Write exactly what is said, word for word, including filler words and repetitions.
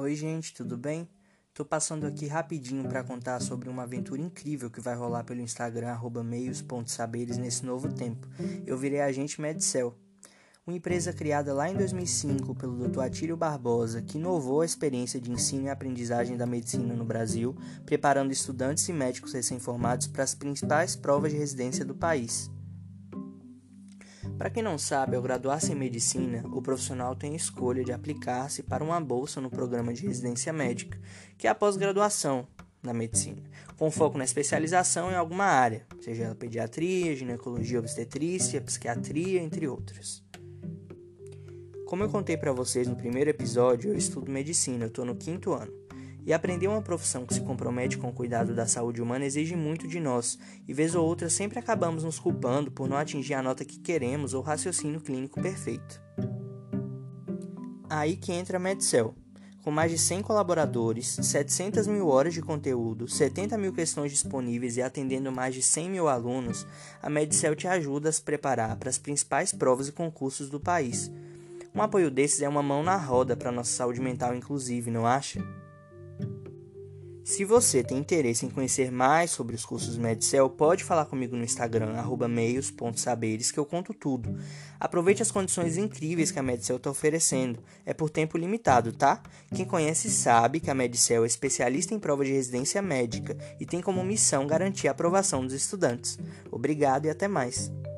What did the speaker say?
Oi gente, tudo bem? Tô passando aqui rapidinho para contar sobre uma aventura incrível que vai rolar pelo Instagram arroba meios ponto saberes nesse novo tempo. Eu virei agente Medcel, uma empresa criada lá em dois mil e cinco pelo doutor Atílio Barbosa, que inovou a experiência de ensino e aprendizagem da medicina no Brasil, preparando estudantes e médicos recém-formados para as principais provas de residência do país. Para quem não sabe, ao graduar-se em medicina, o profissional tem a escolha de aplicar-se para uma bolsa no programa de residência médica, que é a pós-graduação na medicina, com foco na especialização em alguma área, seja ela pediatria, ginecologia, obstetrícia, psiquiatria, entre outras. Como eu contei para vocês no primeiro episódio, eu estudo medicina, eu estou no quinto ano. E aprender uma profissão que se compromete com o cuidado da saúde humana exige muito de nós, e vez ou outra sempre acabamos nos culpando por não atingir a nota que queremos ou raciocínio clínico perfeito. Aí que entra a Medcel. Com mais de cem colaboradores, setecentas mil horas de conteúdo, setenta mil questões disponíveis e atendendo mais de cem mil alunos, a Medcel te ajuda a se preparar para as principais provas e concursos do país. Um apoio desses é uma mão na roda para a nossa saúde mental, inclusive, não acha? Se você tem interesse em conhecer mais sobre os cursos Medcel, pode falar comigo no Instagram, arroba meios ponto saberes, que eu conto tudo. Aproveite as condições incríveis que a Medcel está oferecendo. É por tempo limitado, tá? Quem conhece sabe que a Medcel é especialista em prova de residência médica e tem como missão garantir a aprovação dos estudantes. Obrigado e até mais.